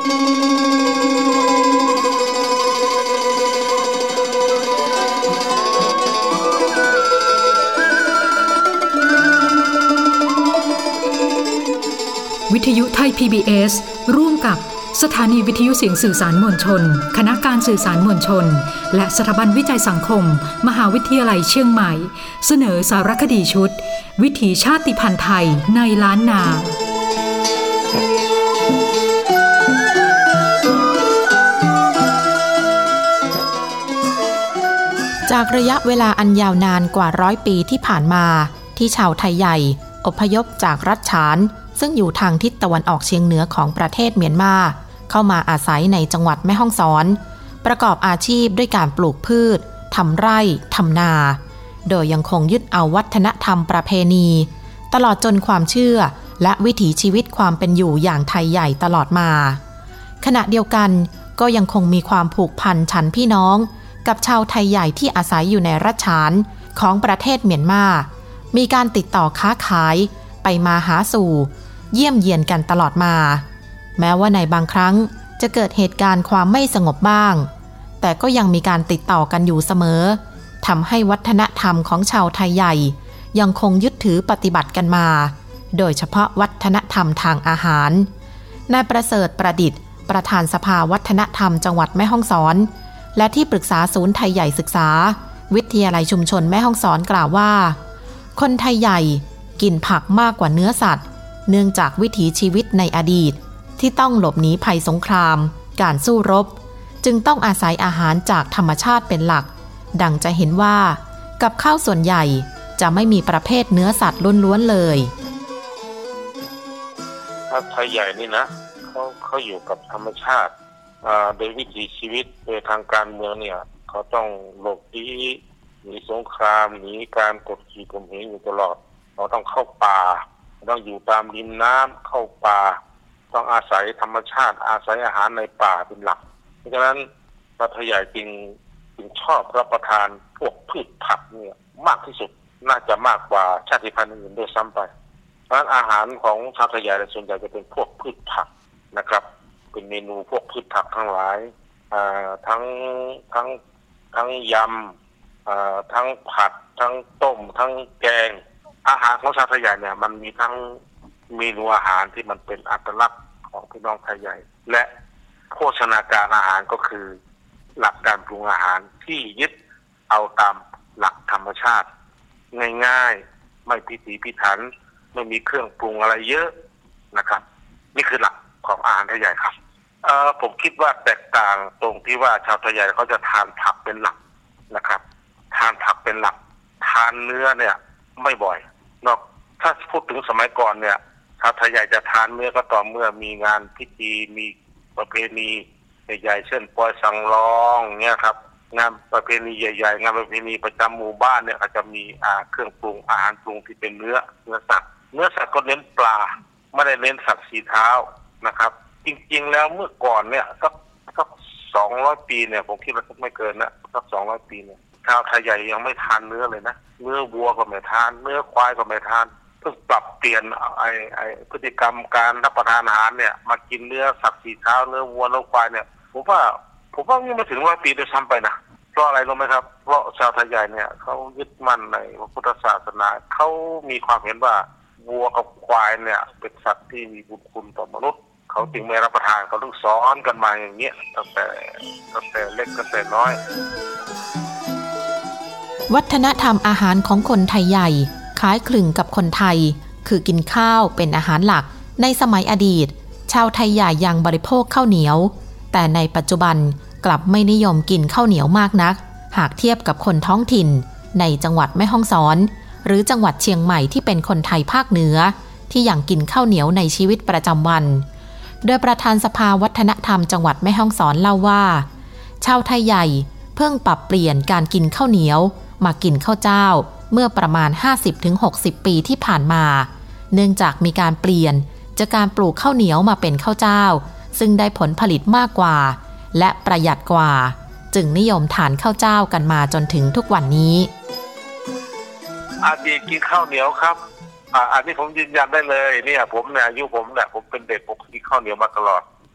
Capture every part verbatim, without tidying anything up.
วิทยุไทย พี บี เอส ร่วมกับสถานีวิทยุเสียงสื่อสารมวลชนคณะการสื่อสารมวลชนและสถาบันวิจัยสังคมมหาวิทยาลัยเชียงใหม่เสนอสารคดีชุดวิถีชาติพันธุ์ไทยในล้านนาจากระยะเวลาอันยาวนานกว่าร้อยปีที่ผ่านมาที่ชาวไทยใหญ่อพยพจากรัฐฉานซึ่งอยู่ทางทิศตะวันออกเฉียงเหนือของประเทศเมียนมาเข้ามาอาศัยในจังหวัดแม่ฮ่องสอนประกอบอาชีพด้วยการปลูกพืชทำไร่ทำนาโดยยังคงยึดเอาวัฒนธรรมประเพณีตลอดจนความเชื่อและวิถีชีวิตความเป็นอยู่อย่างไทยใหญ่ตลอดมาขณะเดียวกันก็ยังคงมีความผูกพันฉันพี่น้องกับชาวไทยใหญ่ที่อาศัยอยู่ในรัฐฉานของประเทศเมียนมามีการติดต่อค้าขายไปมาหาสู่เยี่ยมเยียนกันตลอดมาแม้ว่าในบางครั้งจะเกิดเหตุการณ์ความไม่สงบบ้างแต่ก็ยังมีการติดต่อกันอยู่เสมอทำให้วัฒนธรรมของชาวไทยใหญ่ยังคงยึดถือปฏิบัติกันมาโดยเฉพาะวัฒนธรรมทางอาหารนายประเสริฐประดิษฐ์ประธานสภาวัฒนธรรมจังหวัดแม่ฮ่องสอนและที่ปรึกษาศูนย์ไทยใหญ่ศึกษาวิทยาลัยชุมชนแม่ฮ่องสอนกล่าวว่าคนไทยใหญ่กินผักมากกว่าเนื้อสัตว์เนื่องจากวิถีชีวิตในอดีตที่ต้องหลบหนีภัยสงครามการสู้รบจึงต้องอาศัยอาหารจากธรรมชาติเป็นหลักดังจะเห็นว่ากับข้าวส่วนใหญ่จะไม่มีประเภทเนื้อสัตว์ล้วนๆเลยถ้าไทยใหญ่นี่นะเขาเขาอยู่กับธรรมชาติโดยวิถีชีวิตโดยทางการเมืองเนี่ยเขาต้องหลบหนีหนีสงครามหนีการกดขี่ข่มเหงอยู่ตลอดเราต้องเข้าป่าต้องอยู่ตามริมน้ำเข้าป่าต้องอาศัยธรรมชาติอาศัยอาหารในป่าเป็นหลักเพราะฉะนั้นรัฐใหญ่จึงจึงชอบรับประทานพวกพืชผักเนี่ยมากที่สุดน่าจะมากกว่าชาติพันธุ์อื่นด้วยซ้ำไปเพราะฉะนั้นอาหารของชาวไทยใหญ่ส่วนใหญ่จะเป็นพวกพืชผักนะครับเป็นเมนูพวกพืชผักทั้งหลายอ่าทั้งทั้งทั้งยำอ่าทั้งผัดทั้งต้มทั้งแกงอาหารของชาวไทยใหญ่เนี่ยมันมีทั้งเมนูอาหารที่มันเป็นอัตลักษณ์ของพี่น้องไทยใหญ่และโภชนาการอาหารก็คือหลักการปรุงอาหารที่ยึดเอาตามหลักธรรมชาติง่ายๆไม่พิถีพิถันไม่มีเครื่องปรุงอะไรเยอะนะครับนี่คือหลักของอาหารไทยใหญ่ครับเอ่อผมคิดว่าแตกต่างตรงที่ว่าชาวไทยใหญ่เขาจะทานผักเป็นหลักนะครับทานผักเป็นหลักทานเนื้อเนี่ยไม่บ่อยนอกถ้าพูดถึงสมัยก่อนเนี่ยชาวไทยใหญ่จะทานเนื้อก็ต่อเมื่อมีงานพิธีมีประเพณีใหญ่ๆเช่นปอยสังร้องเนี่ยครับงานประเพณีใหญ่ๆงานประเพณีประจำหมู่บ้านเนี่ยอาจจะมีอ่าเครื่องปรุงอาหารปรุงที่เป็นเนื้อเนื้อสัตว์เนื้อสัตว์ก็เน้นปลาไม่ได้เน้นสัตว์สีเท้านะครับจริงๆแล้วเมื่อก่อนเนี่ยสักสักสองร้อยปีเนี่ยผมคิดว่าไม่เกินนะสักสองร้อยปีเนี่ยชาวไทยใหญ่ยังไม่ทานเนื้อเลยนะเนื้อวัวก็ไม่ทานเนื้อควายก็ไม่ทานเพิ่งปรับเปลี่ยนไอ้ไอ้พฤติกรรมการรับประทานอาหารเนี่ยมากินเนื้อสัตว์สีเท้าเนื้อวัวเนื้อควายเนี่ยผมว่าผมว่ายังไม่ถึงร้อยปีด้วยซ้ำไปนะเพราะอะไรรู้ไหมครับเพราะชาวไทยใหญ่เนี่ยเขายึดมั่นในพระพุทธศาสนาเขามีความเห็นว่าวัวกับควายเนี่ยเป็นสัตว์ที่มีบุญคุณต่อมนุษย์เขาจึงไม่รับประทานเขาต้องสอนกันมาอย่างเงี้ยตั้งแต่ตั้งแต่เล็กตั้งแต่น้อยวัฒนธรรมอาหารของคนไทยใหญ่คล้ายคลึงกับคนไทยคือกินข้าวเป็นอาหารหลักในสมัยอดีตชาวไทยใหญ่ยังบริโภคข้าวเหนียวแต่ในปัจจุบันกลับไม่นิยมกินข้าวเหนียวมากนักหากเทียบกับคนท้องถิ่นในจังหวัดแม่ฮ่องสอนหรือจังหวัดเชียงใหม่ที่เป็นคนไทยภาคเหนือที่ยังกินข้าวเหนียวในชีวิตประจำวันโดยประธานสภาวัฒนธรรมจังหวัดแม่ฮ่องสอนเล่าว่าชาวไทยใหญ่เพิ่งปรับเปลี่ยนการกินข้าวเหนียวมากินข้าวเจ้าเมื่อประมาณ ห้าสิบถึงหกสิบ ปีที่ผ่านมาเนื่องจากมีการเปลี่ยนจากการปลูกข้าวเหนียวมาเป็นข้าวเจ้าซึ่งได้ผลผลิตมากกว่าและประหยัดกว่าจึงนิยมทานข้าวเจ้ากันมาจนถึงทุกวันนี้อาดีกินข้าวเหนียวครับอ่าอันนี้ผมยืนยันได้เลยเนี่ยผมเนี่ยอายุผมเนี่ยผมเป็นเด็กผมกินข้าวเหนียวมาตลอด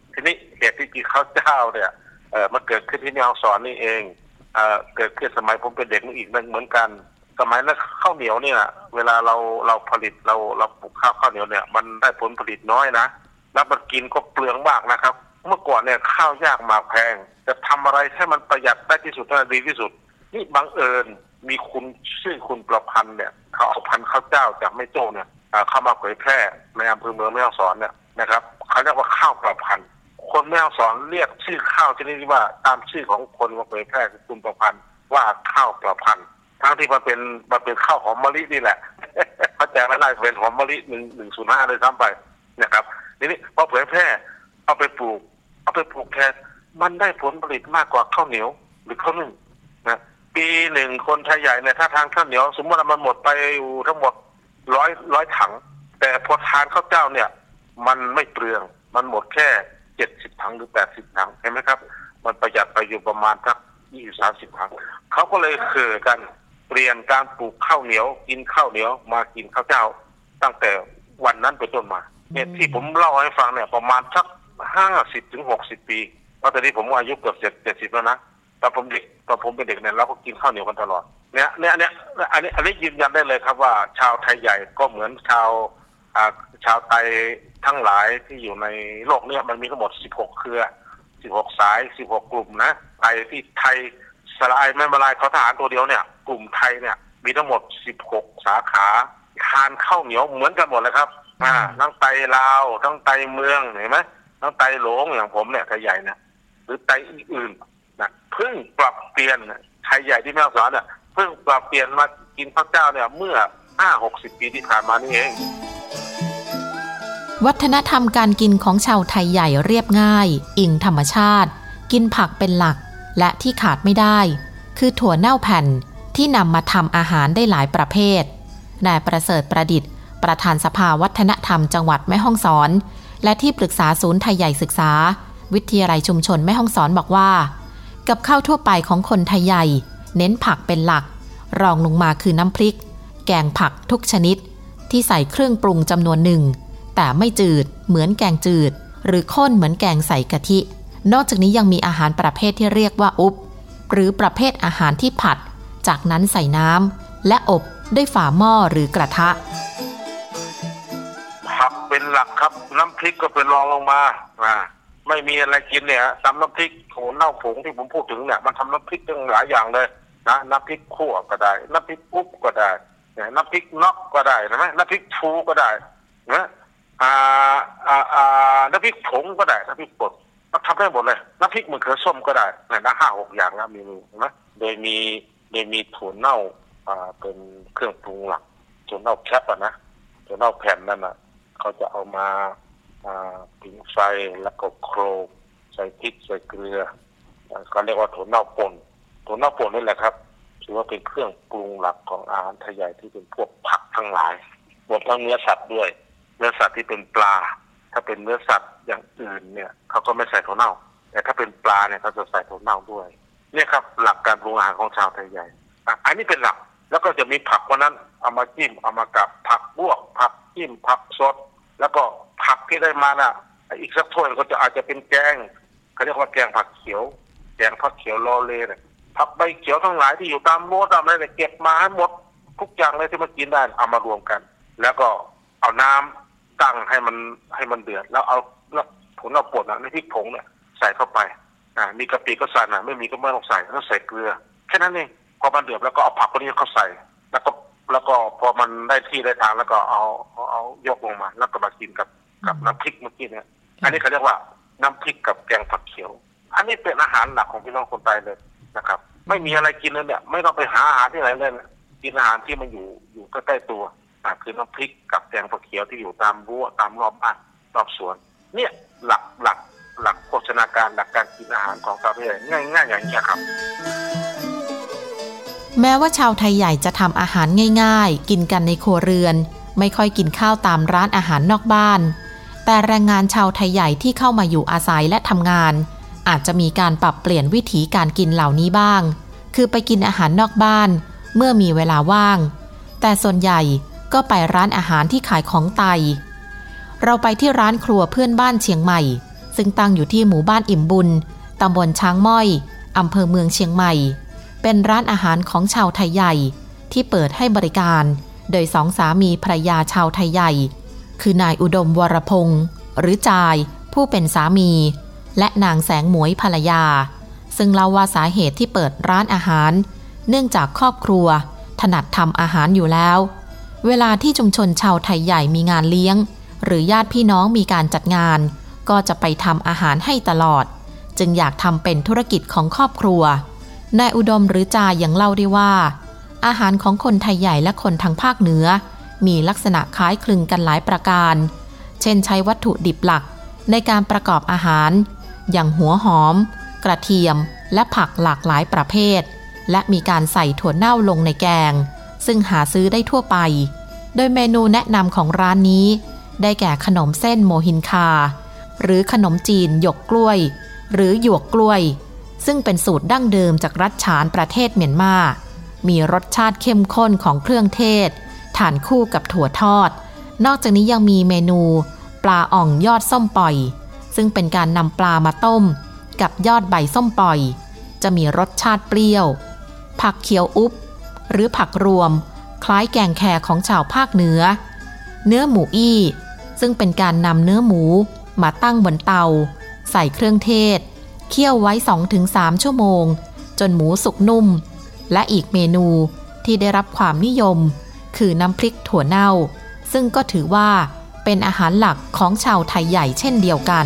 ทีนี้เหตุที่กินข้าวเจ้าเนี่ยเออมันเกิดขึ้นที่แม่ฮ่องสอนนี่เองเออเกิดขึ้นสมัยผมเป็นเด็กอีกเหมือนกันสมัยนั้นข้าวเหนียวเนี่ยเวลาเราเราผลิตเราเราปลูกข้าวข้าวเหนียวเนี่ยมันได้ผลผลิตน้อยนะแล้วมันกินก็เปลืองมากนะครับเมื่อก่อนเนี่ยข้าวยากหมากแพงจะทำอะไรให้มันประหยัดได้ที่สุดได้ดีที่สุดนี่บังเอิญมีคุณชื่อคุณประพันธ์เนี่ยเขาเอาพันธุ์ข้าวเจ้าจากแม่โจ้เนี่ยเข้ามาเผยแพร่ในอำเภอเมืองแม่ฮ่องสอนเนี่ยนะครับเขาเรียกว่าข้าวประพันธ์คนแม่ฮ่องสอนเรียกชื่อข้าวชนิดนี้ว่าตามชื่อของคนมาเผยแพร่คือคุณประพันธ์ว่าข้าวประพันธ์ทั้งที่มันเป็นมันเป็นข้าวหอมมะลินี่แหละเขาแจกไม่ได้เป็นหอมมะลิหนึ่งหนึ่งศูนย์ห้าเลยซ้ำไปนะครับทีนี้พอเผยแพร่เอาไปปลูกเอาไปปลูกแทนมันได้ผลผลิตมากกว่าข้าวเหนียวหรือข้าวนึ่งนะปีหนึ่งคนไทยใหญ่เนี่ยถ้าทานข้าวเหนียวสมมติว่ามันหมดไปอยู่ทั้งหมดร้อยร้อยถังแต่พอทานข้าวเจ้าเนี่ยมันไม่เปลืองมันหมดแค่เจ็ดสิบถังหรือแปดสิบถังเห็นไหมครับมันประหยัดไปอยู่ประมาณสักยี่สิบสามสิบถังเขาก็เลยเคือกันเปลี่ยนการปลูกข้าวเหนียวกินข้าวเหนียวมากินข้าวเจ้าตั้งแต่วันนั้นเป็นต้นมาเนี่ยที่ผมเล่าให้ฟังเนี่ยประมาณสักห้าสิบถึงหกสิบปีเพราะตอนนี้ผมอายุเกือบเจ็ดเจ็ดสิบแล้วนะตอนผมเด็กตอนผมเป็นเด็กเนี่ยเราก็กินข้าวเหนียวกันตลอดเนี่ยเนี่ยเนี่ยอันนี้อันนี้ยืนยันได้เลยครับว่าชาวไทยใหญ่ก็เหมือนชาวอ่าชาวไทยทั้งหลายที่อยู่ในโลกเนี่ยมันมีทั้งหมดสิบหกเครือสิบหกสายสิบหกกลุ่มนะไทยที่ไทยสลายแม่มาลายเขาทหารตัวเดียวเนี่ยกลุ่มไทยเนี่ยมีทั้งหมดสิบหกสาขาทานข้าวเหนียวเหมือนกันหมดเลยครับอ่าทั้งไตลาวทั้งไตเมืองเห็นไหมทั้งไตหลงอย่างผมเนี่ยไทยใหญ่เนี่ยหรือไตอื่นๆนะเพิ่งปรับเปลี่ยนไทยใหญ่ที่แม่ฮ่องสอนเนี่ยเพิ่งปรับเปลี่ยนมากินข้าวเจ้าเนี่ยเมื่อห้าหกสิบปีที่ผ่านมานี่เองวัฒนธรรมการกินของชาวไทยใหญ่เรียบง่ายอิงธรรมชาติกินผักเป็นหลักและที่ขาดไม่ได้คือถั่วเน่าแผ่นที่นำมาทำอาหารได้หลายประเภทนายประเสริฐประดิษฐ์ประธานสภาวัฒนธรรมจังหวัดแม่ฮ่องสอนและที่ปรึกษาศูนย์ไทยใหญ่ศึกษาวิทยาลัยชุมชนแม่ฮ่องสอนบอกว่ากับข้าวทั่วไปของคนไทยใหญ่เน้นผักเป็นหลักรองลงมาคือน้ำพริกแกงผักทุกชนิดที่ใส่เครื่องปรุงจำนวนหนึ่งแต่ไม่จืดเหมือนแกงจืดหรือข้นเหมือนแกงใส่กะทินอกจากนี้ยังมีอาหารประเภทที่เรียกว่าอุ๊บหรือประเภทอาหารที่ผัดจากนั้นใส่น้ำและอบด้วยฝาหม้อหรือกระทะผักเป็นหลักครับน้ำพริกก็เป็นรองลงมาอ่าไม่มีอะไรกินเนี่ยตำน้ำพริกโหเน่าผงที่ผมพูดถึงเนี่ยมันทำน้ำพริกตั้งหลายอย่างเลยนะน้ำพริกขั่วก็ได้น้ำพริกอุ๊บก็ได้น้ำพริกน็อกก็ได้ใช่ไหมน้ำพริกชูก็ได้นะอ่าอ่าอ่าน้ำพริกผงก็ได้น้ำพริกป่นมันทำได้หมดเลยน้ำพริกมะเขือส้มก็ได้นะห้าหกอย่างนะมีใช่ไหมโดยมีโดยมีถั่วเน่าอ่าเป็นเครื่องปรุงหลักถั่วเน่าแคปอ่ะนะถั่วเน่าแผ่นนั่นอ่ะเขาจะเอามาอ่าผิงไฟแล้วก็โคลกใส่พริกใส่เกลือเขาเรียกว่าถั่วเน่าป่นถั่วเน่าป่นนี่แหละครับถือว่าเป็นเครื่องปรุงหลักของอาหารไทยใหญ่ที่เป็นพวกผักทั้งหลายรวมทั้งเนื้อสัตว์ด้วยเนื้อสัตว์ที่เป็นปลาถ้าเป็นเนื้อสัตว์อย่างอื่นเนี่ยเขาก็ไม่ใส่ถั่วเน่าแต่ถ้าเป็นปลาเนี่ยเขาจะใส่ถั่วเน่าด้วยเนี่ยครับหลักการปรุงอาหารของชาวไทยใหญ่อันนี้เป็นหลักแล้วก็จะมีผักวันนั้นเอามาจิ้มเอามากับผักลวกผักจิ้มผักสดแล้วก็ผักที่ได้มาน่ะอีกสักถ้วยก็จะอาจจะเป็นแกงเขาเรียกว่าแกงผักเขียวแกงผักเขียวลอเลเนี่ยผักใบเขียวทั้งหลายที่อยู่ตามโน้ตตามอะไรเนี่ยเก็บมาให้หมดทุกอย่างเลยที่มันกินได้เอามารวมกันแล้วก็เอาน้ำตั้งให้มันให้มันเดือดแล้วเอาแล้วผงเอาป่นนะในพริกผงเนี่ยใส่เข้าไปอ่ามีกะปิก็ใส่นะไม่มีก็ไม่ต้องใส่แล้วใส่เกลือแค่นั้นเองพอมันเดือดแล้วก็เอาผักพวกนี้เข้าใส่แล้วก็แล้วก็พอมันได้ที่ได้ทางแล้วก็เอาเอาเอายกลงมาแล้วก็มากินกับกับน้ำพริกเมื่อกี้เนี่ยอันนี้เขาเรียกว่าน้ำพริกกับแกงผักเขียวอันนี้เป็นอาหารหลักของพี่น้องคนไทยเลยนะครับไม่มีอะไรกินเลยเนี่ยไม่ต้องไปหาอาหารที่ไหนเลยกินอาหารที่มันอยู่อยู่ใกล้ๆตัวอ่าคือน้ำพริกกับแกงผักเขียวที่อยู่ตามรั้วตามรอบบ้านรอบสวนเนี่ยหลักหลักหลักโภชนาการหลักการกินอาหารของชาวไทยง่ายง่ายอย่างนี้ครับแม้ว่าชาวไทยใหญ่จะทำอาหารง่ายๆกินกันในครัวเรือนไม่ค่อยกินข้าวตามร้านอาหารนอกบ้านแต่แรงงานชาวไทยใหญ่ที่เข้ามาอยู่อาศัยและทำงานอาจจะมีการปรับเปลี่ยนวิถีการกินเหล่านี้บ้างคือไปกินอาหารนอกบ้านเมื่อมีเวลาว่างแต่ส่วนใหญ่ก็ไปร้านอาหารที่ขายของไทยเราไปที่ร้านครัวเพื่อนบ้านเชียงใหม่ซึ่งตั้งอยู่ที่หมู่บ้านอิ่มบุญตำบลช้างม้อยอำเภอเมืองเชียงใหม่เป็นร้านอาหารของชาวไทยใหญ่ที่เปิดให้บริการโดยสองสามีภรรยาชาวไทยใหญ่คือนายอุดมวรพงษ์หรือจายผู้เป็นสามีและนางแสงหมวยภรรยาซึ่งเล่าว่าสาเหตุที่เปิดร้านอาหารเนื่องจากครอบครัวถนัดทำอาหารอยู่แล้วเวลาที่ชุมชนชาวไทยใหญ่มีงานเลี้ยงหรือญาติพี่น้องมีการจัดงานก็จะไปทำอาหารให้ตลอดจึงอยากทำเป็นธุรกิจของครอบครัวนายอุดมหรือจายังเล่าได้ว่าอาหารของคนไทยใหญ่และคนทางภาคเหนือมีลักษณะคล้ายคลึงกันหลายประการเช่นใช้วัตถุดิบหลักในการประกอบอาหารอย่างหัวหอมกระเทียมและผักหลากหลายประเภทและมีการใส่ถั่วเน่าลงในแกงซึ่งหาซื้อได้ทั่วไปโดยเมนูแนะนำของร้านนี้ได้แก่ขนมเส้นโมฮินคาหรือขนมจีนหยกกล้วยหรือหยวกกล้วยซึ่งเป็นสูตรดั้งเดิมจากรัฐฉานประเทศเมียนมามีรสชาติเข้มข้นของเครื่องเทศทานคู่กับถั่วทอดนอกจากนี้ยังมีเมนูปลาอ่องยอดส้มปล่อยซึ่งเป็นการนำปลามาต้มกับยอดใบส้มปล่อยจะมีรสชาติเปรี้ยวผักเขียวอุบหรือผักรวมคล้ายแกงแคของชาวภาคเหนือเนื้อหมูอี้ซึ่งเป็นการนำเนื้อหมูมาตั้งบนเตาใส่เครื่องเทศเคี่ยวไว้ สองถึงสาม ชั่วโมงจนหมูสุกนุ่มและอีกเมนูที่ได้รับความนิยมคือน้ำพริกถั่วเน่าซึ่งก็ถือว่าเป็นอาหารหลักของชาวไทยใหญ่เช่นเดียวกัน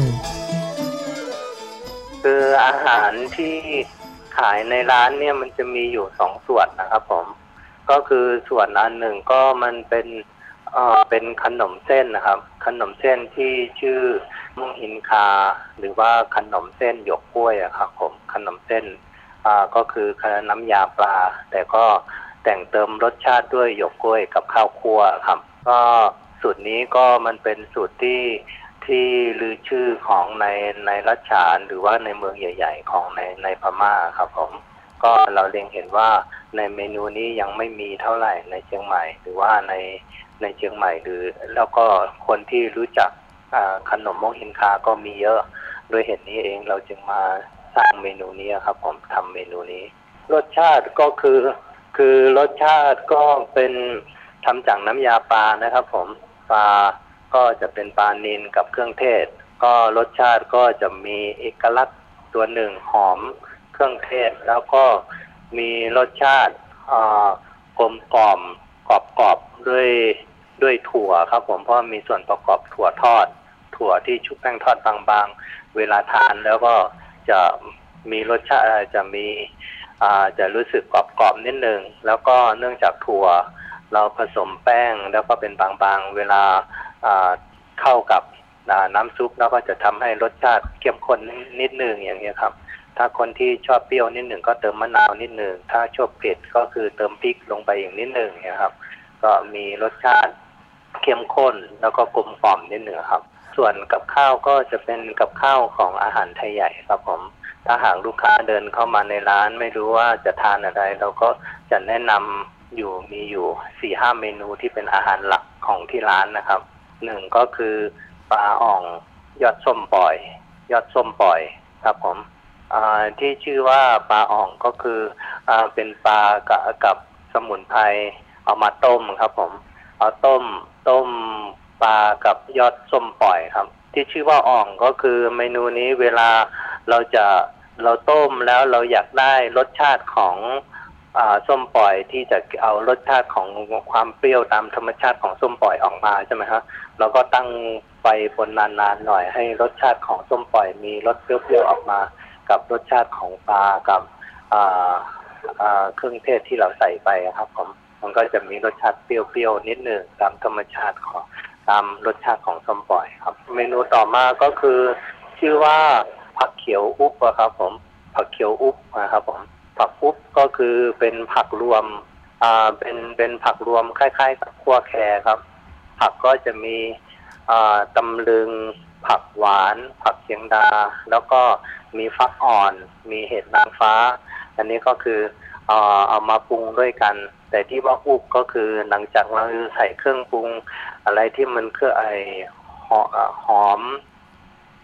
คืออาหารที่ขายในร้านเนี่ยมันจะมีอยู่สองส่วนนะครับผมก็คือส่วนอันหนึ่งก็มันเป็นเอ่อเป็นขนมเส้นนะครับขนมเส้นที่ชื่อมุงหินคาหรือว่าขนมเส้นหยวกกล้วยอะครับผมขนมเส้นอ่าก็คือน้ำยาปลาแต่ก็แต่งเติมรสชาติด้วยหยวกกล้วยกับข้าวคั่วครับก็สูตรนี้ก็มันเป็นสูตรที่ที่ลือชื่อของในในรัชฉานหรือว่าในเมืองใหญ่ๆของในในพม่าครับผมก็เราเล็งเห็นว่าในเมนูนี้ยังไม่มีเท่าไหร่ในเชียงใหม่หรือว่าในในเชียงใหม่หรือแล้วก็คนที่รู้จักขนมมงหินคาก็มีเยอะโดยเหตุนี้เองเราจึงมาสร้างเมนูนี้ครับผมทำเมนูนี้รสชาติก็คือคือรสชาติก็เป็นทำจากน้ำยาปลานะครับผมปลาก็จะเป็นปลานิลกับเครื่องเทศก็รสชาติก็จะมีเอกลักษณ์ตัวหนึ่งหอมเครื่องเทศแล้วก็มีรสชาติกลมกล่อมกรอบกรอบด้วยด้วยถั่วครับผมเพราะมีส่วนประกอบถั่วทอดถั่วที่ชุบแป้งทอดบางๆเวลาทานแล้วก็จะมีรสชาติจะมีจะรู้สึกกรอบๆนิดนึงแล้วก็เนื่องจากถั่วเราผสมแป้งแล้วก็เป็นบางๆเวลาเข้ากับน้ำซุปแล้วก็จะทำให้รสชาติเข้มข้นนิดนึงอย่างนี้ครับถ้าคนที่ชอบเปรี้ยวนิดหนึ่งก็เติมมะนาวนิดหนึ่งถ้าชอบเผ็ดก็คือเติมพริกลงไปอย่างนิดหนึ่งนะครับก็มีรสชาติเข้มข้นแล้วก็กลมกล่อมนิดหนึ่งครับส่วนกับข้าวก็จะเป็นกับข้าวของอาหารไทยใหญ่ครับผมถ้าหากลูกค้าเดินเข้ามาในร้านไม่รู้ว่าจะทานอะไรเราก็จะแนะนำอยู่มีอยู่ สี่ห้า เมนูที่เป็นอาหารหลักของที่ร้านนะครับหนึ่งก็คือปลาอ่องยอดส้มปล่อยยอดส้มปล่อยครับผมที่ชื่อว่าปลาอ่องก็คืออเป็นปลากับกับสมุนไพรเอามาต้มครับผมเอาต้มต้มปลากับยอดส้มปล่อยครับที่ชื่อว่าอ่องก็คือเมนูนี้เวลาเราจะเราต้มแล้วเราอยากได้รสชาติของอ่าส้มปล่อยที่จะเอารสชาติของความเปรี้ยวตามธรรมชาติของส้มปล่อยออกมาใช่ไหมครับเราก็ตั้งไฟบนนานๆหน่อยให้รสชาติของส้มปล่อยมีรสเปรี้ยวๆออกมากับรสชาติของปลากับอ่าอ่าเครื่องเทศที่เราใส่ไปครับผมมันก็จะมีรสชาติเปรี้ยวๆนิดหนึ่งตามธรรมชาติของตามรสชาติของส้มปล่อยครับเมนูต่อมาก็คือชื่อว่าผักเขียวอุ๊บครับผมผักเขียวอุ๊บนะครับผมผักอุ๊บก็คือเป็นผักรวมอ่าเป็นเป็นผักรวมคล้ายๆกับขั่วแคครับผักก็จะมีอ่าตำลึงผักหวานผักเชียงดาแล้วก็มีฟักอ่อนมีเห็ดนางฟ้าอันนี้ก็คือเอาเอามาปรุงด้วยกันแต่ที่ว่าอุ๊บก็คือหลังจากเราใส่เครื่องปรุงอะไรที่มันคือไอหอม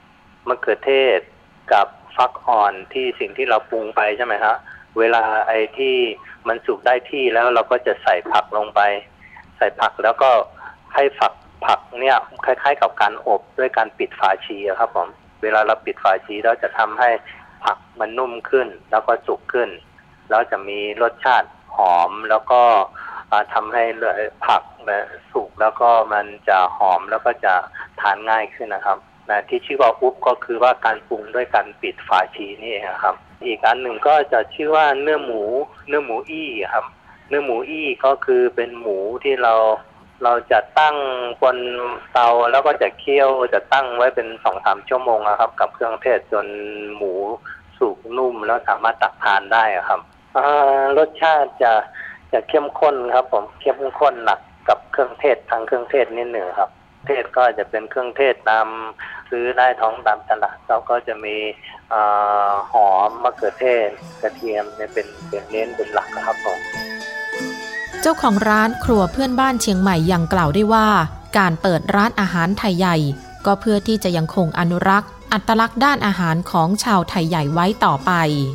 มะเขือเทศกับฟักอ่อนที่สิ่งที่เราปรุงไปใช่ไหมฮะเวลาไอ้ที่มันสุกได้ที่แล้วเราก็จะใส่ผักลงไปใส่ผักแล้วก็ให้ฝักผักเนี่ยคล้ายๆกับการอบด้วยการปิดฝาชีครับผมเวลาเราปิดฝาชีเราจะทำให้ผักมันนุ่มขึ้นแล้วก็สุกขึ้นแล้วจะมีรสชาติหอมแล้วก็ทำให้ผักสุกแล้วก็มันจะหอมแล้วก็จะทานง่ายขึ้นนะครับนะที่ชื่อว่าอุ๊บก็คือว่าการปรุงด้วยการปิดฝาชีนี่เองครับอีกอันหนึ่งก็จะชื่อว่าเนื้อหมูเนื้อหมูอี้ครับเนื้อหมูอี้ก็คือเป็นหมูที่เราเราจะตั้งบนเตาแล้วก็จะเคี่ยวจะตั้งไว้เป็น สองถึงสาม ชั่วโมงครับกับเครื่องเทศจนหมูสุกนุ่มแล้วสามารถตักทานได้ครับรสชาติจะจะเข้มข้นครับผมเข้มข้นหนักกับเครื่องเทศทางเครื่องเทศนิดหนึ่งครับเทศก็จะเป็นเครื่องเทศตามซื้อได้ท้องตามตลาดแล้วก็จะมีหอมมะเขือเทศกระเทียมเนี่ยเป็นเป็นเน้นเป็นหลักครับผมเจ้าของร้านครัวเพื่อนบ้านเชียงใหม่ยังกล่าวได้ว่าการเปิดร้านอาหารไทยใหญ่ก็เพื่อที่จะยังคงอนุรักษ์อัตลักษณ์ด้านอาหารของชาวไทยใหญ่ไว้ต่อไป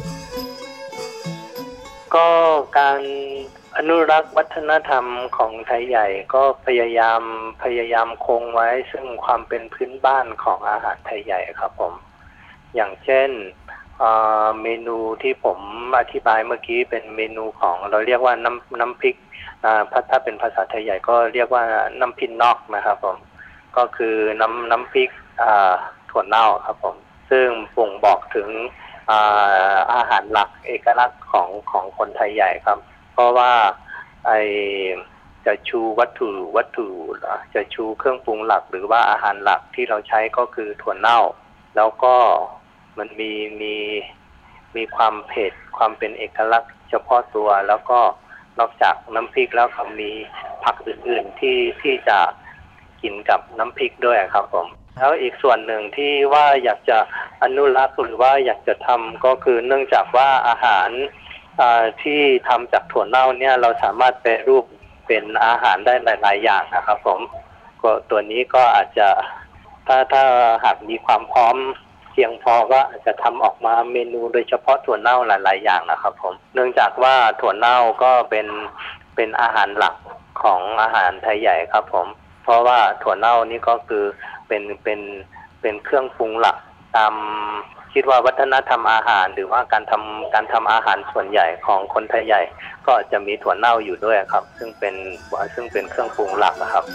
ก็การอนุรักษ์วัฒนธรรมของไทยใหญ่ก็พยายามพยายามคงไว้ซึ่งความเป็นพื้นบ้านของอาหารไทยใหญ่ครับผมอย่างเช่นเมนูที่ผมอธิบายเมื่อกี้เป็นเมนูของเราเรียกว่าน้ำน้ำพริกถ้าเป็นภาษาไทยใหญ่ก็เรียกว่าน้ำพริกนอกนะครับผมก็คือน้ำน้ำพริกถั่วเน่าครับผมซึ่งบ่งบอกถึงอาอาหารหลักเอกลักษณ์ของของคนไทยใหญ่ครับเพราะว่าไอจะชูวัตถุวัตถุจะชูเครื่องปรุงหลักหรือว่าอาหารหลักที่เราใช้ก็คือถั่วเน่าแล้วก็มันมีมีมีความเผ็ดความเป็นเอกลักษณ์เฉพาะตัวแล้วก็นอกจากน้ำพริกแล้วก็มีผักอื่นๆที่ที่จะกินกับน้ำพริกด้วยครับผมแล้วอีกส่วนหนึ่งที่ว่าอยากจะอนุรักษ์หรือว่าอยากจะทำก็คือเนื่องจากว่าอาหารที่ทำจากถั่วเน่าเนี่ยเราสามารถแปรรูปเป็นอาหารได้หลายๆอย่างนะครับผมก็ตัวนี้ก็อาจจะถ้าถ้าหากมีความพร้อมเพียงพอก็อาจจะทำออกมาเมนูโดยเฉพาะถั่วเน่าหลายๆอย่างนะครับผมเนื่องจากว่าถั่วเน่าก็เป็นเป็นอาหารหลักของอาหารไทยใหญ่ครับผมเพราะว่าถั่วเน่านี่ก็คือเป็นเป็นเป็นเครื่องปรุงหลักตามคิดว่าวัฒนธรรมอาหารหรือว่าการทำการทำอาหารส่วนใหญ่ของคนไทยใหญ่ก็จะมีถั่วเน่าอยู่ด้วยครับซึ่งเป็นซึ่งเป็นเครื่องปรุงหลักครับ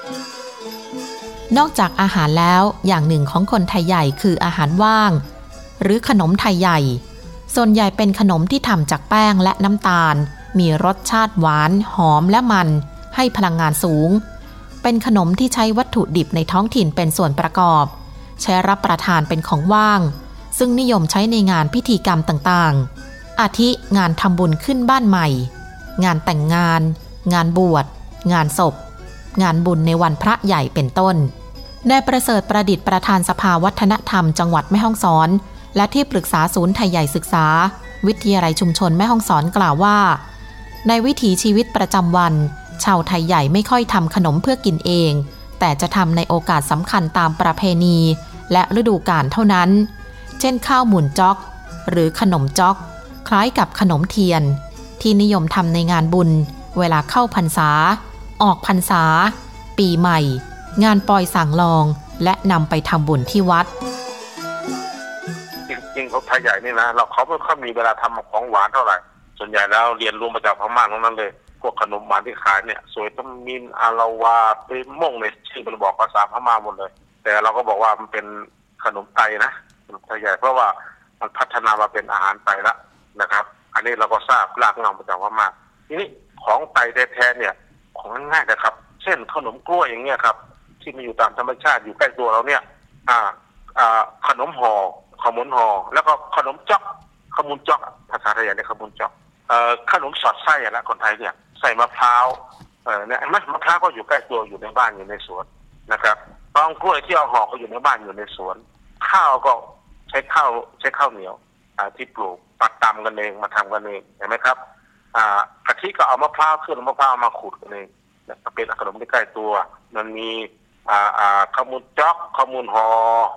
นอกจากอาหารแล้วอย่างหนึ่งของคนไทยใหญ่คืออาหารว่างหรือขนมไทยใหญ่ส่วนใหญ่เป็นขนมที่ทำจากแป้งและน้ำตาลมีรสชาติหวานหอมและมันให้พลังงานสูงเป็นขนมที่ใช้วัตถุดิบในท้องถิ่นเป็นส่วนประกอบใช้รับประทานเป็นของว่างซึ่งนิยมใช้ในงานพิธีกรรมต่างๆอาทิงานทำบุญขึ้นบ้านใหม่งานแต่งงานงานบวชงานศพงานบุญในวันพระใหญ่เป็นต้นนายประเสริฐประดิษฐ์ประธานสภาวัฒนธรรมจังหวัดแม่ฮ่องสอนและที่ปรึกษาศูนย์ไทยใหญ่ศึกษาวิทยาลัยชุมชนแม่ฮ่องสอนกล่าวว่าในวิถีชีวิตประจำวันชาวไทยใหญ่ไม่ค่อยทำขนมเพื่อกินเองแต่จะทำในโอกาสสำคัญตามประเพณีและฤดูกาลเท่านั้นเช่นข้าวหมุนจ๊อกหรือขนมจ๊อกคล้ายกับขนมเทียนที่นิยมทำในงานบุญเวลาเข้าพรรษาออกพรรษาปีใหม่งานปอยสางลองและนำไปทำบุญที่วัดจริงๆเขาไทยใหญ่นี่นะเราเขาไม่ค่อยมีเวลาทำของหวานเท่าไหร่ส่วนใหญ่แล้วเรียนรู้มาจากพม่าทั้งนั้นเลยพวกขนมหวานที่ขายเนี่ยสวยต้มมินอาลาวาเปม่งเนี่ยชื่อมันบอกภาษาพม่าหมดเลยแต่เราก็บอกว่ามันเป็นขนมไทยนะขนมไทยใหญ่เพราะว่ามันพัฒนามาเป็นอาหารไทยแล้วนะครับอันนี้เราก็ทราบรากเหง้ามาจากพม่าทีนี้ของไทยแท้ๆเนี่ยของง่ายๆนะครับเช่นขนมกล้วยอย่างเงี้ยครับที่มันอยู่ตามธรรมชาติอยู่ใกล้ตัวเราเนี่ยอ่าอ่าขนมห่อขมุนห่อแล้วก็ขนมจ๊อกขมุนจ๊อกภาษาไทยเรียกขมุนจ๊อกเอ่อขนมสอดไส้ละคนไทยเนี่ยใส่มะพร้าวเอ่อเนี่ยมะพร้าวก็อยู่ใกล้ตัวอยู่ในบ้านอยู่ในสวนนะครับตองกล้วยที่เอาห่อก็อยู่ในบ้านอยู่ในสวนข้าวก็ใช้ข้าวใช้ข้าวเหนียวอ่าที่ปลูกปักตำกันเองมาทำกันเองเห็นไหมครับอ่ากะทิก็เอามะพร้าวขึ้นมะพร้าวมาขูดกันเองเป็นขนมที่ใกล้ตัวมันมีอ่าอ่าขมุนจ๊อกขมุนห่อ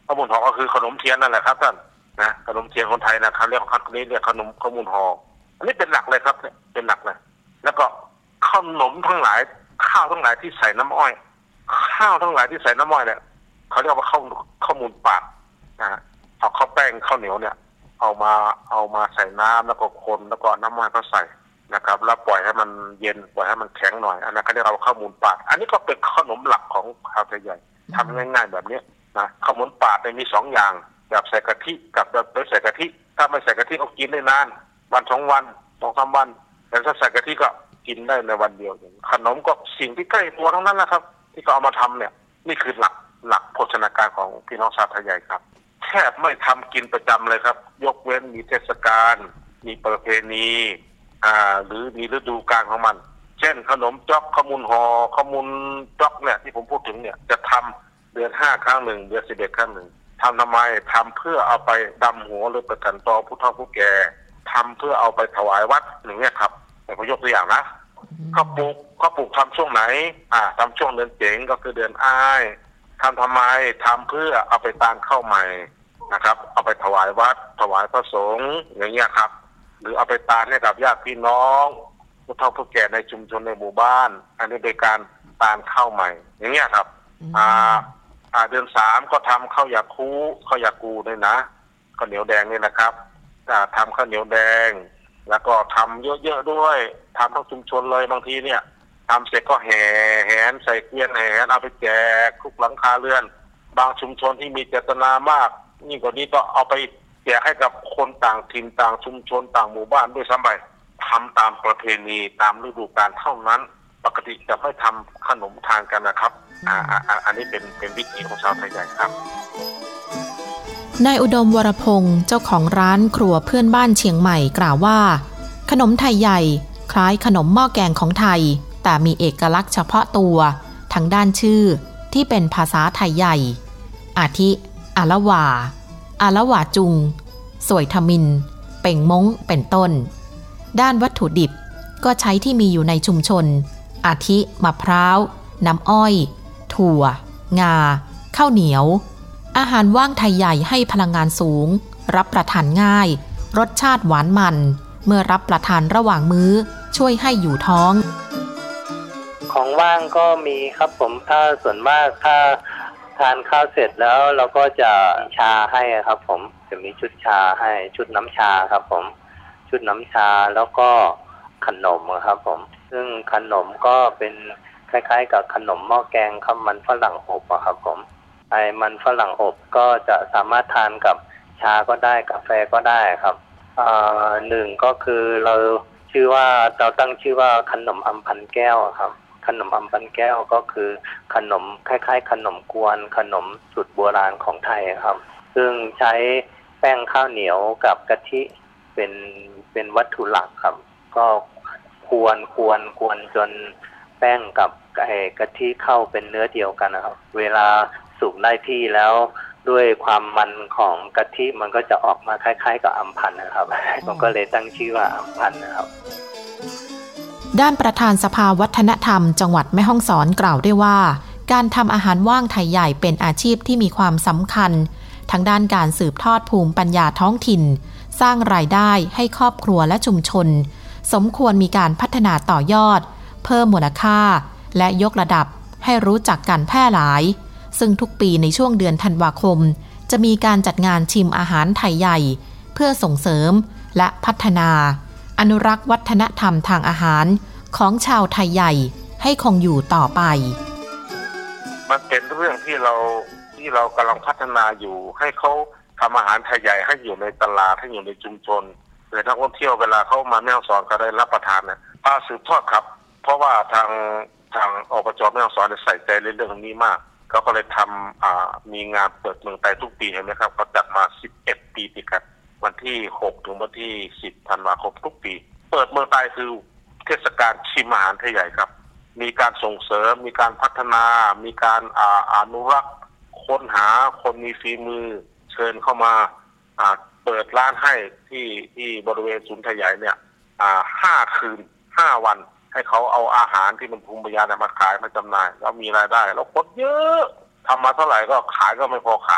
ข้าวมูลห่อก็คือขนมเทียนนั่นแหละครับท่านนะขนมเทียนคนไทยนะเขาเรียกคันนี้เรียกขนมข้าวมูลห่ออันนี้เป็นหลักเลยครับเป็นหลักเลยแล้วก็ขนมทั้งหลายข้าวทั้งหลายที่ใส่น้ำอ้อยข้าวทั้งหลายที่ใส่น้ำอ้อยเนี่ยเขาเรียกว่าข้าวข้าวมูลปากนะเอาข้าวแป้งข้าวเหนียวเนี่ยเอามาเอามาใส่น้ำแล้วก็คนแล้วก็น้ำอ้อยก็ใส่นะครับแล้วปล่อยให้มันเย็นปล่อยให้มันแข็งหน่อยอันนั้นเขาเรียกว่าข้าวมูลปาดอันนี้ก็เป็นขนมหลักของชาวไทยใหญ่ทำง่ายๆแบบนี้นะข้าวมูลปาดเนี่ยมีสองอย่างแบบใส่กะทิกับแบบไม่ใส่กะทิถ้าไม่ใส่กะทิก็กินได้นานวันสองวันสองสามวันแต่ถ้าใส่กะทิก็กินได้ในวันเดียวขนมก็สิ่งที่ใกล้ตัวทั้งนั้นแหละครับที่เขาเอามาทำเนี่ยนี่คือหลักหลักโภชนาการของพี่น้องชาวไทยใหญ่ครับแทบไม่ทำกินประจำเลยครับยกเว้นมีเทศกาลมีประเพณีอ่าหรือมีฤดูกาลของมันเช่นขนมจ๊อกขมูลห่อขมูลจ๊อกเนี่ยที่ผมพูดถึงเนี่ยจะทำเดือนห้าครั้งหนึ่งเดือนสิบเอ็ดครั้งหนึ่งทำทำไมทำเพื่อเอาไปดำหัวหรือประกันตอผู้เฒ่าผู้แก่ทำเพื่อเอาไปถวายวัดอย่างเงี้ยครับแต่ผมยกตัวอย่างนะข้าวปลูกข้าวปลูกทำช่วงไหนอ่าทำช่วงเดือนเจ๋งก็คือเดือนอ้ายทำทำไมทำเพื่อเอาไปตานข้าวใหม่นะครับเอาไปถวายวัดถวายพระสงฆ์อย่างเงี้ยครับหรือเอาไปตานให้กับญาติพี่น้องผู้เฒ่าผู้แก่ในชุมชนในหมู่บ้านอันนี้เป็นการตานข้าวใหม่อย่างเงี้ยครับอ่าอ่าเดือนสามก็ทำข้าวยาคูข้าวยากูด้วยนะข้าวเหนียวแดงนี่นะครับอ่าทำข้าวเหนียวแดงแล้วก็ทำเยอะๆด้วยทำทั้งชุมชนเลยบางทีเนี่ยทำเสร็จก็แห่แหนใส่เกวียนแห่เอาไปแจกทุกหลังคาเรือนบางชุมชนที่มีเจตนามากยิ่งกว่านี้ก็เอาไปแจกให้กับคนต่างถิ่นต่างชุมชนต่างหมู่บ้านด้วยซ้ำไปทำตามประเพณีตามฤดูกาลเท่านั้นปกติจะไม่ทำขนมทานกันนะครับอ่าอ่าอันนี้เป็นเป็นวิถีของชาวไทยใหญ่ครับนายอุดมวรพงศ์เจ้าของร้านครัวเพื่อนบ้านเชียงใหม่กล่าวว่าขนมไทยใหญ่คล้ายขนมหม้อแกงของไทยแต่มีเอกลักษณ์เฉพาะตัวทางด้านชื่อที่เป็นภาษาไทยใหญ่อาทิอาละวาอาละวาจุงสวยทมินเป่งม้งเป็นต้นด้านวัตถุดิบก็ใช้ที่มีอยู่ในชุมชนอาทิมะพร้าวน้ำอ้อยถั่วงาข้าวเหนียวอาหารว่างไทยใหญ่ให้พลังงานสูงรับประทานง่ายรสชาติหวานมันเมื่อรับประทานระหว่างมื้อช่วยให้อยู่ท้องของว่างก็มีครับผมถ้าส่วนมากถ้าทานข้าวเสร็จแล้วเราก็จะชาให้ครับผมจะมีชุดชาให้ชุดน้ำชาครับผมชุดน้ำชาแล้วก็ขนมครับผมซึ่งขนมก็เป็นคล้ายๆกับขนมหม้อแกงข้าวมันฝรั่งอบครับผมไอ้มันฝรั่งอบก็จะสามารถทานกับชาก็ได้กาแฟก็ได้ครับอ่าหนึ่งก็คือเราชื่อว่าเราตั้งชื่อว่าขนมอัมพันแก้วครับขนมอัมพันแก้วก็คือขนมคล้ายๆขนมกวนขนมสูตรโบราณของไทยครับซึ่งใช้แป้งข้าวเหนียวกับกะทิเป็นเป็นวัตถุหลักครับก็กวนกวนกวนจนแป้งกับกะทิเข้าเป็นเนื้อเดียวกันนะครับเวลาสุกได้ที่แล้วด้วยความมันของกะทิมันก็จะออกมาคล้ายๆกับอัมพันนะครับผมก็เลยตั้งชื่อว่าอัมพันนะครับด้านประธานสภาวัฒนธรรมจังหวัดแม่ฮ่องสอนกล่าวด้วยว่าการทำอาหารว่างไทยใหญ่เป็นอาชีพที่มีความสำคัญทั้งด้านการสืบทอดภูมิปัญญาท้องถิ่นสร้างรายได้ให้ครอบครัวและชุมชนสมควรมีการพัฒนาต่อยอดเพิ่มมูลค่าและยกระดับให้รู้จักการแพร่หลายซึ่งทุกปีในช่วงเดือนธันวาคมจะมีการจัดงานชิมอาหารไทยใหญ่เพื่อส่งเสริมและพัฒนาอนุรักษ์วัฒนธรรมทางอาหารของชาวไทยใหญ่ให้คงอยู่ต่อไปมันเป็นเรื่องที่เราที่เรากำลังพัฒนาอยู่ให้เขาทำอาหารไทยใหญ่ให้อยู่ในตลาดให้อยู่ในชุมชนหรือนักท่องเที่ยวเวลาเขามาแม่ฮ่องสอนก็ได้รับประทานเนี่ยป้าสืบทอดครับเพราะว่าทางทางอบจ.แม่ฮ่องสอนใส่ใจในเรื่องนี้มากเขาก็เลยทำอ่ามีงานเปิดเมืองไทยทุกปีเห็นไหมครับเขาจัดมาสิบเอ็ดปีติดกันวันที่หกถึงวันที่สิบธันวาคมทุกปีเปิดเมืองไทยคือเทศกาลชิมอาหารไทยใหญ่ครับมีการส่งเสริมมีการพัฒนามีการอ่าอนุรักษ์ค้นหาคนมีฝีมือเชิญเข้ามาอ่าเปิดร้านให้ที่ที่บริเวณศูนย์ไทยใหญ่เนี่ยอ่าห้าคืนห้าวันให้เขาเอาอาหารที่มันภูมิปัญญามาขายมาจำหน่ายแล้วมีรายได้แล้วคนเยอะทำมาเท่าไหร่ก็ขายก็ไม่พอขาย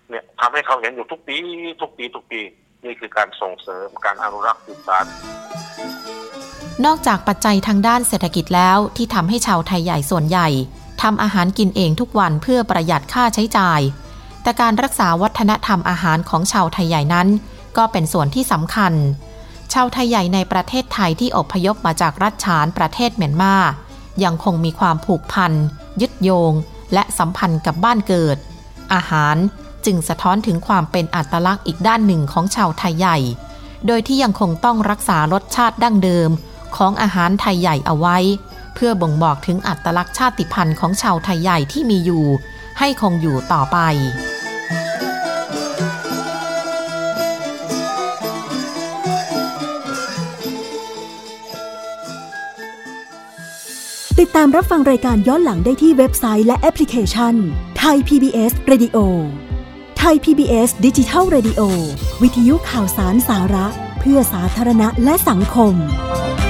เนี่ยทำให้เขาเห็นอยู่ทุกปีทุกปีทุกปีนี่คือการส่งเสริมการอนุรักษ์สืบสานนอกจากปัจจัยทางด้านเศรษฐกิจแล้วที่ทำให้ชาวไทยใหญ่ส่วนใหญ่ทำอาหารกินเองทุกวันเพื่อประหยัดค่าใช้จ่ายแต่การรักษาวัฒนธรรมอาหารของชาวไทยใหญ่นั้นก็เป็นส่วนที่สำคัญชาวไทยใหญ่ในประเทศไทยที่อพยพมาจากรัฐฉานประเทศเมียนมายังคงมีความผูกพันยึดโยงและสัมพันธ์กับบ้านเกิดอาหารจึงสะท้อนถึงความเป็นอัตลักษณ์อีกด้านหนึ่งของชาวไทยใหญ่โดยที่ยังคงต้องรักษารสชาติดั้งเดิมของอาหารไทยใหญ่เอาไว้เพื่อบ่งบอกถึงอัตลักษณ์ชาติพันธุ์ของชาวไทยใหญ่ที่มีอยู่ให้คงอยู่ต่อไปติดตามรับฟังรายการย้อนหลังได้ที่เว็บไซต์และแอปพลิเคชัน Thai พี บี เอส Radio Thai พี บี เอส Digital Radio วิทยุข่าวสารสาระเพื่อสาธารณะและสังคม